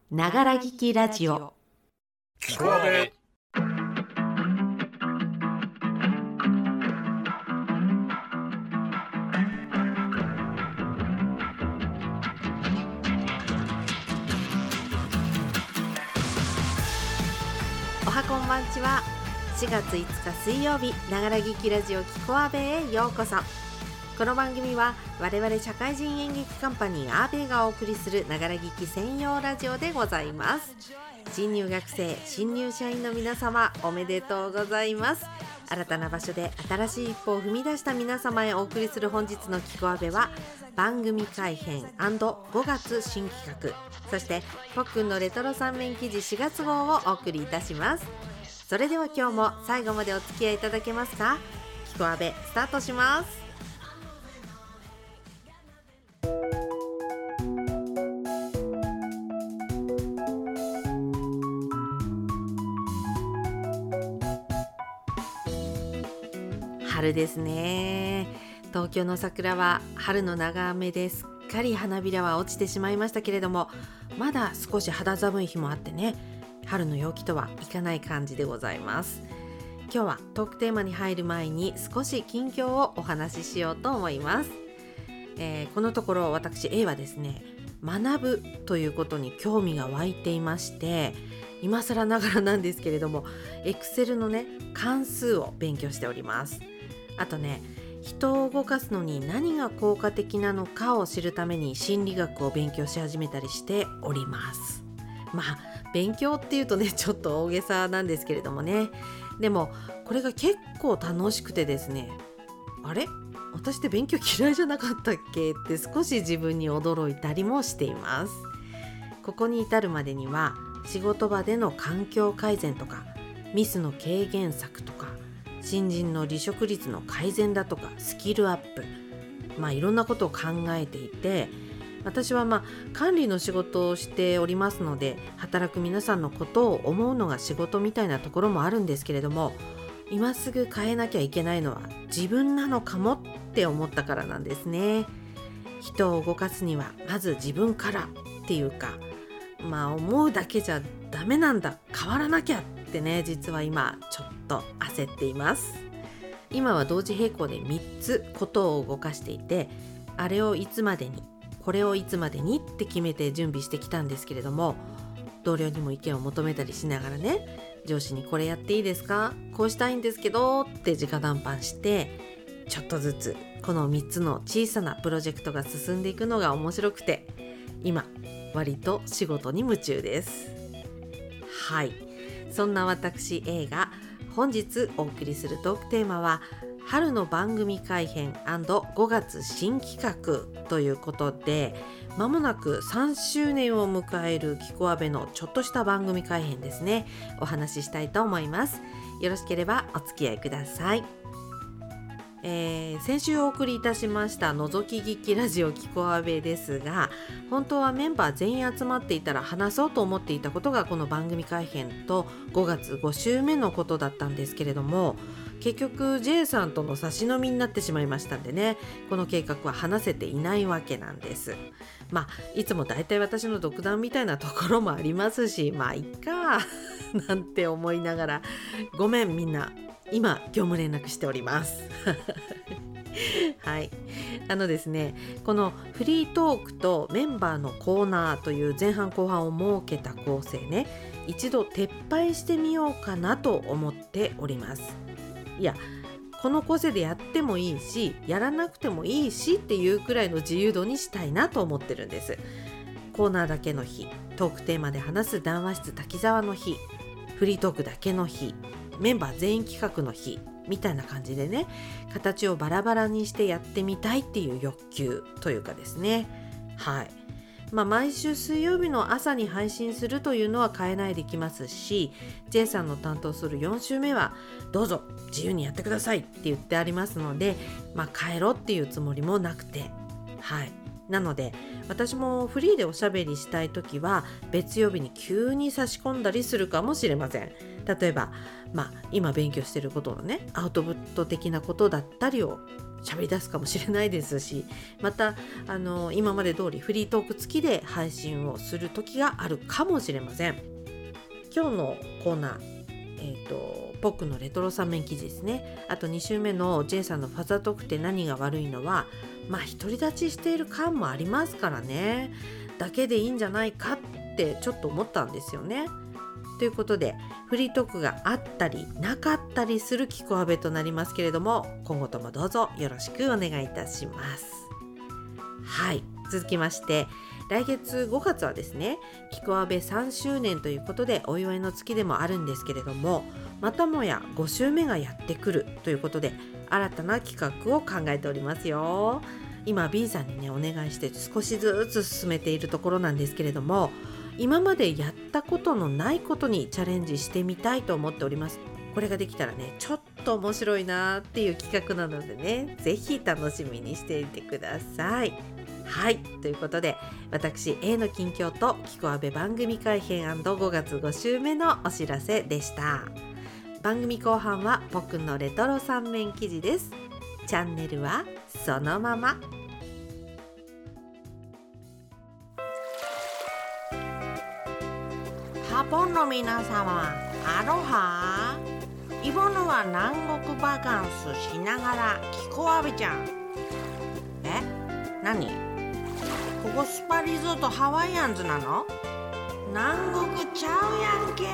ながら聞きラジオ。 聞こえ。 おはこんばんちは。4月5日水曜日、ながら聞きラジオキコアベへようこそ。この番組は我々社会人演劇カンパニーアーベイがお送りするながら聞き専用ラジオでございます。新入学生、新入社員の皆様、おめでとうございます。新たな場所で新しい一歩を踏み出した皆様へお送りする本日のキコアベは、番組改編&5月新企画、そしてポックンのレトロ三面記事4月号をお送りいたします。それでは今日も最後までお付き合いいただけますか。キコアベスタートします。春ですね。東京の桜は春の長雨ですっかり花びらは落ちてしまいましたけれども、まだ少し肌寒い日もあってね、春の陽気とはいかない感じでございます。今日はトークテーマに入る前に少し近況をお話ししようと思います。このところ私 A はですね、学ぶということに興味が湧いていまして、今更ながらなんですけれども Excel のね関数を勉強しております。あとね、人を動かすのに何が効果的なのかを知るために心理学を勉強し始めたりしております。まあ勉強っていうとねちょっと大げさなんですけれどもね、でもこれが結構楽しくてですね、あれ私って勉強嫌いじゃなかったっけって少し自分に驚いたりもしています。ここに至るまでには仕事場での環境改善とか、ミスの軽減策とか、新人の離職率の改善だとか、スキルアップ、いろんなことを考えていて、私は管理の仕事をしておりますので、働く皆さんのことを思うのが仕事みたいなところもあるんですけれども、今すぐ変えなきゃいけないのは自分なのかもって思ったからなんですね。人を動かすにはまず自分からっていうか、思うだけじゃダメなんだ、変わらなきゃってね、実は今ちょっと焦っています。今は同時並行で3つことを動かしていて、あれをいつまでに、これをいつまでにって決めて準備してきたんですけれども、同僚にも意見を求めたりしながらね、上司にこれやっていいですか、こうしたいんですけどって直談判して、ちょっとずつこの3つの小さなプロジェクトが進んでいくのが面白くて、今割と仕事に夢中です。はい、そんな私 A が本日お送りするトークテーマは、春の番組改編&5月新企画ということで、まもなく3周年を迎えるキコアベのちょっとした番組改編ですね、お話ししたいと思います。よろしければお付き合いください。先週お送りいたしました覗き聞きラジオキコアベですが、本当はメンバー全員集まっていたら話そうと思っていたことがこの番組改編と5月5週目のことだったんですけれども、結局 J さんとの差し飲みになってしまいましたんでね、この計画は話せていないわけなんです。いつもだいたい私の独断みたいなところもありますし、いっかなんて思いながら、ごめんみんな、今業務連絡しておりますはい、ですね、このフリートークとメンバーのコーナーという前半後半を設けた構成ね、一度撤廃してみようかなと思っております。いや、この構成でやってもいいし、やらなくてもいいしっていうくらいの自由度にしたいなと思ってるんです。コーナーだけの日、トークテーマで話す談話室滝沢の日、フリートークだけの日、メンバー全員企画の日みたいな感じでね、形をバラバラにしてやってみたいっていう欲求というかですね。はい、毎週水曜日の朝に配信するというのは変えないできますし、 J さんの担当する4週目はどうぞ自由にやってくださいって言ってありますので、変えろっていうつもりもなくて、はい、なので私もフリーでおしゃべりしたいときは別曜日に急に差し込んだりするかもしれません。例えば、今勉強していることのね、アウトプット的なことだったりを喋り出すかもしれないですし、また今まで通りフリートーク付きで配信をする時があるかもしれません。今日のコーナー、ポックのレトロ三面記事ですね。あと2週目の J さんのファザートークって何が悪いのは、独り立ちしている感もありますからね、だけでいいんじゃないかってちょっと思ったんですよね。ということでフリートークがあったりなかったりするキコアベとなりますけれども、今後ともどうぞよろしくお願いいたします。はい、続きまして来月5月はですね、キコアベ3周年ということでお祝いの月でもあるんですけれども、またもや5週目がやってくるということで新たな企画を考えておりますよ。今 B さんにねお願いして少しずつ進めているところなんですけれども、今までやったことのないことにチャレンジしてみたいと思っております。これができたらね、ちょっと面白いなっていう企画なのでね、ぜひ楽しみにしていてください。はい、ということで私 A の近況とキコアベ番組改編 &5 月5週目のお知らせでした。番組後半はポックンのレトロ三面記事です。チャンネルはそのまま。 ハポンの皆様、アロハ。イボヌは南国バカンスしながらキコアベちゃん。何？ここスパリゾートハワイアンズなの？南国ちゃうやんけ。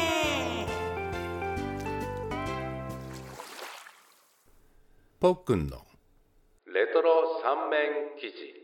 ポックンのレトロ三面記事。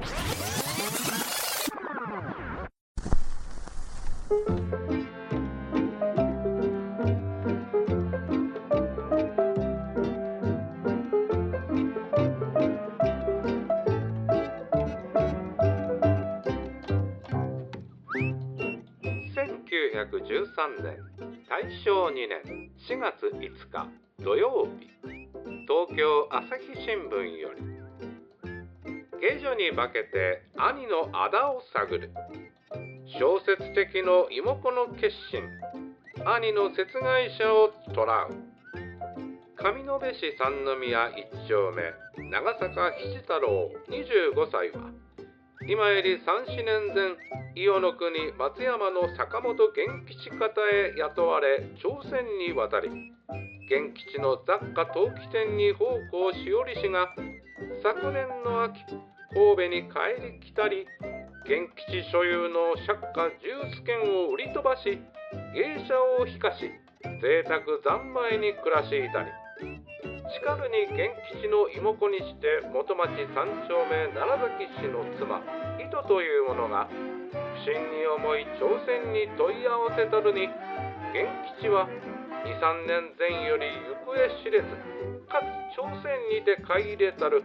1913年大正2年4月5日土曜日、東京朝日新聞より、下女に化けて兄のあだを探る、小説的の妹子の決心、兄の雪害者を捕らう。上野辺市三宮一丁目長坂七太郎25歳は今より3、4年前、伊予の国松山の坂本源吉方へ雇われ朝鮮に渡り、源吉の雑貨陶器店に奉公しおりしが、昨年の秋神戸に帰り来たり、源吉所有の借家10軒を売り飛ばし、芸者を引かし贅沢三昧に暮らしいたり、しかるに源吉の妹子にして元町三丁目奈良崎氏の妻糸という者が不審に思い朝鮮に問い合わせたるに、源吉は2、3年前より行方知れず、かつ朝鮮にて買い入れたる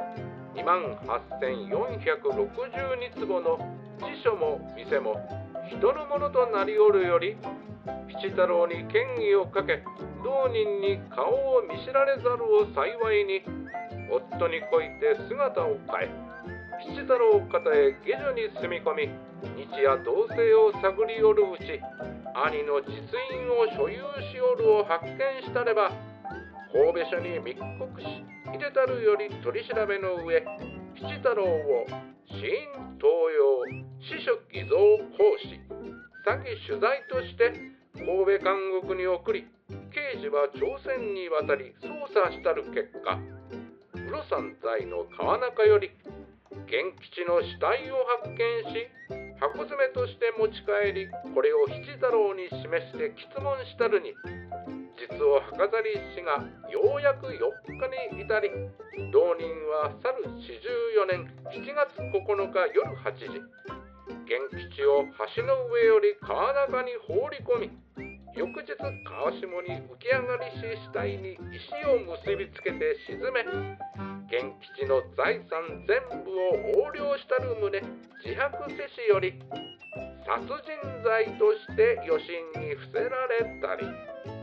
28,462坪の地所も店も人のものとなりおるより、七太郎に嫌疑をかけ、同人に顔を見知られざるを幸いに、夫にこいて姿を変え、七太郎方へ下女に住み込み、日夜同棲を探りおるうち、兄の実印を所有しおるを発見したれば、神戸署に密告し入れたるより取り調べの上、七太郎を死因盗用、死書偽造行使、詐欺取材として神戸監獄に送り、刑事は朝鮮に渡り捜査したる結果、室山在の川中より源吉の死体を発見し、箱詰めとして持ち帰り、これを七太郎に示して詰問したるに、実を墓ざりしがようやく4日に至り、同人は去る44年7月9日夜8時、源吉を橋の上より川中に放り込み、翌日川下に浮き上がりし死体に石を結びつけて沈め、源吉の財産全部を横領したる旨自白せしより、殺人罪として余震に伏せられたり。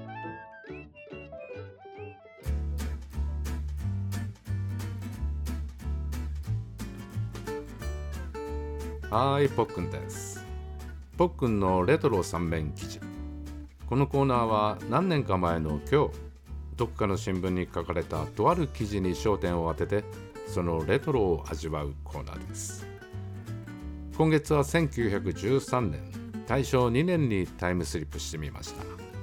はい、ポックンです。ポックンのレトロ三面記事。このコーナーは何年か前の今日、 どっかの新聞に書かれたとある記事に焦点を当てて、そのレトロを味わうコーナーです。今月は1913年、大正2年にタイムスリップしてみました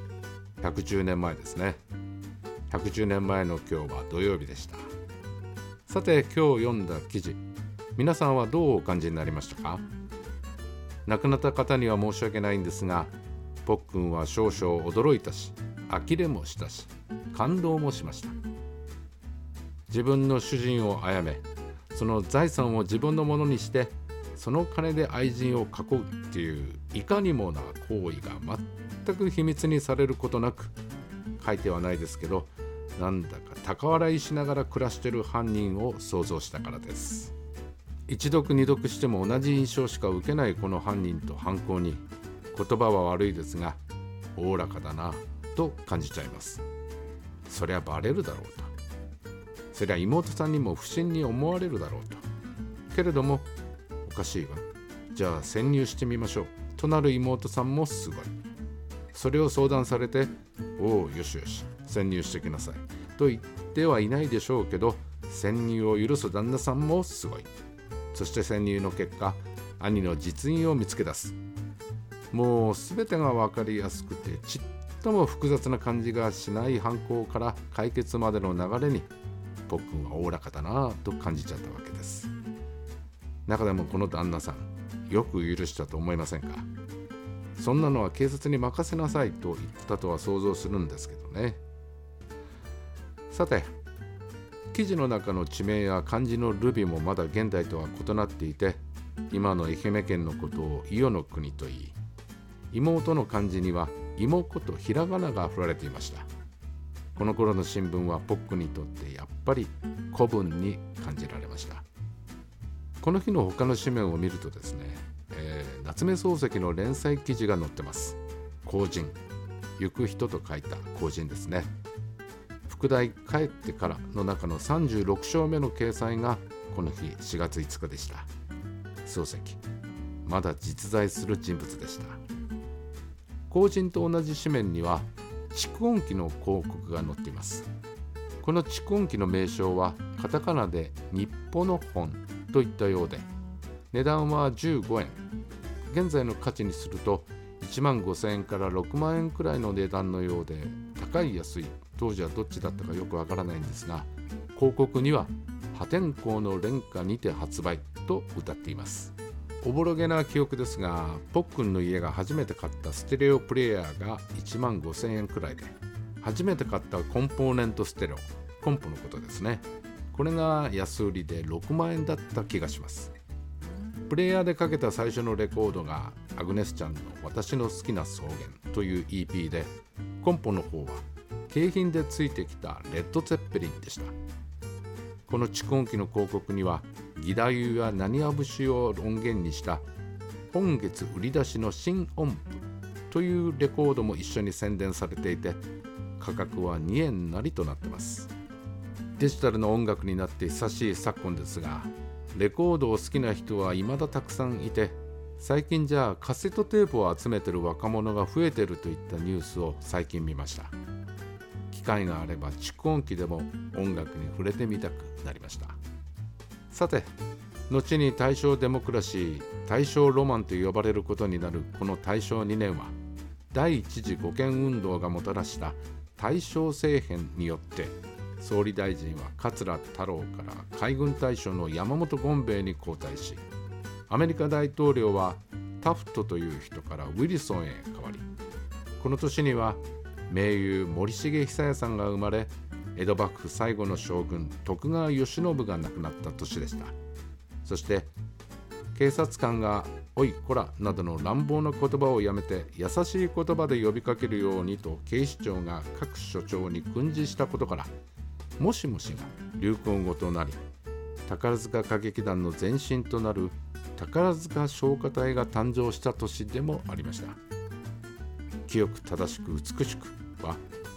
。110年前ですね。110年前の今日は土曜日でした。さて、今日読んだ記事、皆さんはどうお感じになりましたか？亡くなった方には申し訳ないんですが、ポックンは少々驚いたし、呆れもしたし、感動もしました。自分の主人を殺め、その財産を自分のものにして、その金で愛人を囲うっていういかにもな行為が全く秘密にされることなく、書いてはないですけど、なんだか高笑いしながら暮らしている犯人を想像したからです。一読二読しても同じ印象しか受けないこの犯人と犯行に、言葉は悪いですがおおらかだなと感じちゃいます。そりゃバレるだろうと、そりゃ妹さんにも不審に思われるだろうと。けれどもおかしいわ、じゃあ潜入してみましょうとなる妹さんもすごい。それを相談されて、おおよしよし潜入してきなさいと言ってはいないでしょうけど、潜入を許す旦那さんもすごい。そして潜入の結果、兄の実印を見つけ出す。もう全てが分かりやすくてちっとも複雑な感じがしない犯行から解決までの流れに、ポックンはおおらかだなと感じちゃったわけです。中でもこの旦那さん、よく許したと思いませんか？そんなのは警察に任せなさいと言ったとは想像するんですけどね。さて、記事の中の地名や漢字のルビもまだ現代とは異なっていて、今の愛媛県のことを伊予の国と言い、妹の漢字には妹とひらがなが振られていました。この頃の新聞はポックにとってやっぱり古文に感じられました。この日の他の紙面を見るとですね、夏目漱石の連載記事が載ってます。後人、行く人と書いた後人ですね。副題帰ってからの中の36章目の掲載がこの日4月5日でした。漱石、まだ実在する人物でした。後人と同じ紙面には蓄音機の広告が載っています。この蓄音機の名称はカタカナで日本の本といったようで、値段は15円、現在の価値にすると1万5,000円から6万円くらいの値段のようで、高い安い当時はどっちだったかよくわからないんですが、広告には破天荒の廉価にて発売と謳っています。おぼろげな記憶ですが、ポックンの家が初めて買ったステレオプレイヤーが1万5,000円くらいで、初めて買ったコンポーネントステレオ、コンポのことですね、これが安売りで6万円だった気がします。プレイヤーでかけた最初のレコードがアグネスちゃんの私の好きな草原という EP で、コンポの方は景品でついてきたレッド・ツェッペリンでした。この蓄音機の広告には義太夫や浪花節を音源にした本月売り出しの新音符というレコードも一緒に宣伝されていて、価格は2円なりとなってます。デジタルの音楽になって久しい昨今ですが、レコードを好きな人は未だたくさんいて、最近じゃあカセットテープを集めてる若者が増えてるといったニュースを最近見ました。機会があれば蓄音機でも音楽に触れてみたくなりました。さて、後に大正デモクラシー、大正ロマンと呼ばれることになるこの大正2年は、第一次護憲運動がもたらした大正政変によって総理大臣は桂太郎から海軍大将の山本権兵衛に交代し、アメリカ大統領はタフトという人からウィルソンへ変わり、この年には名優森重久彌さんが生まれ、江戸幕府最後の将軍徳川慶喜が亡くなった年でした。そして警察官がおいこらなどの乱暴な言葉をやめて優しい言葉で呼びかけるようにと警視庁が各署長に訓示したことから、もしもしが流行語となり、宝塚歌劇団の前身となる宝塚唱歌隊が誕生した年でもありました。清く正しく美しくは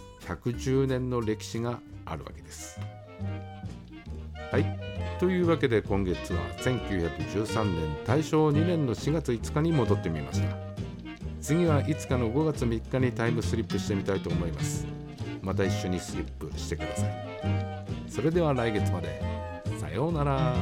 110年の歴史があるわけです。はい、というわけで今月は1913年大正2年の4月5日に戻ってみました。次はいつかの5月3日にタイムスリップしてみたいと思います。 また一緒にスリップしてください。それでは来月まで。さようなら。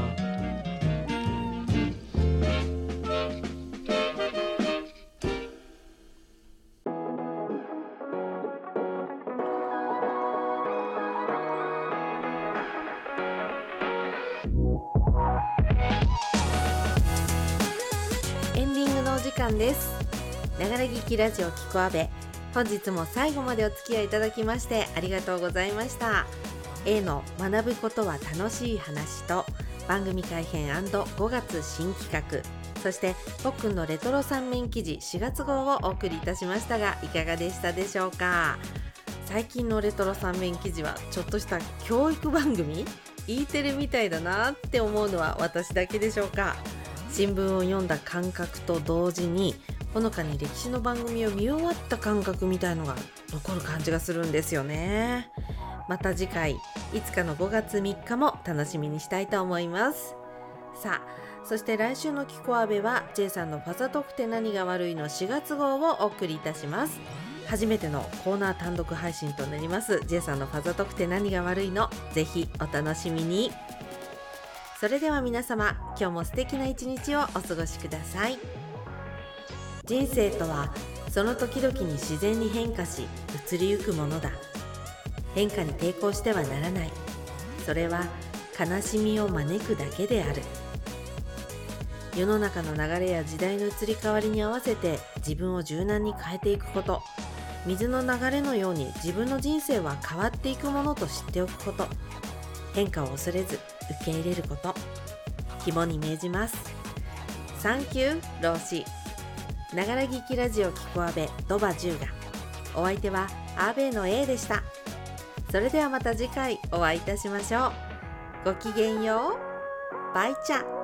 エンディングのお時間です。ながら聞きラジオきこあべ、本日も最後までお付き合いいただきましてありがとうございました。A の学ぶことは楽しい話と番組改編 &5 月新企画、そしてポックンのレトロ三面記事4月号をお送りいたしましたが、いかがでしたでしょうか。最近のレトロ三面記事はちょっとした教育番組、E テレみたいだなって思うのは私だけでしょうか。新聞を読んだ感覚と同時にほのかに歴史の番組を見終わった感覚みたいのが残る感じがするんですよね。また次回いつかの5月3日も楽しみにしたいと思います。さあ、そして来週のきこあべは J さんのファザトクって何が悪いの4月号をお送りいたします。初めてのコーナー単独配信となります J さんのファザトクって何が悪いの、ぜひお楽しみに。それでは皆様、今日も素敵な一日をお過ごしください。人生とはその時々に自然に変化し移りゆくものだ。変化に抵抗してはならない。それは悲しみを招くだけである。世の中の流れや時代の移り変わりに合わせて自分を柔軟に変えていくこと、水の流れのように自分の人生は変わっていくものと知っておくこと、変化を恐れず受け入れること、肝に銘じます。サンキュー、ローシー。ながら聞きラジオきこあべドバ10が、お相手はアーベイの A でした。それではまた次回お会いいたしましょう。ごきげんよう。バイチャ。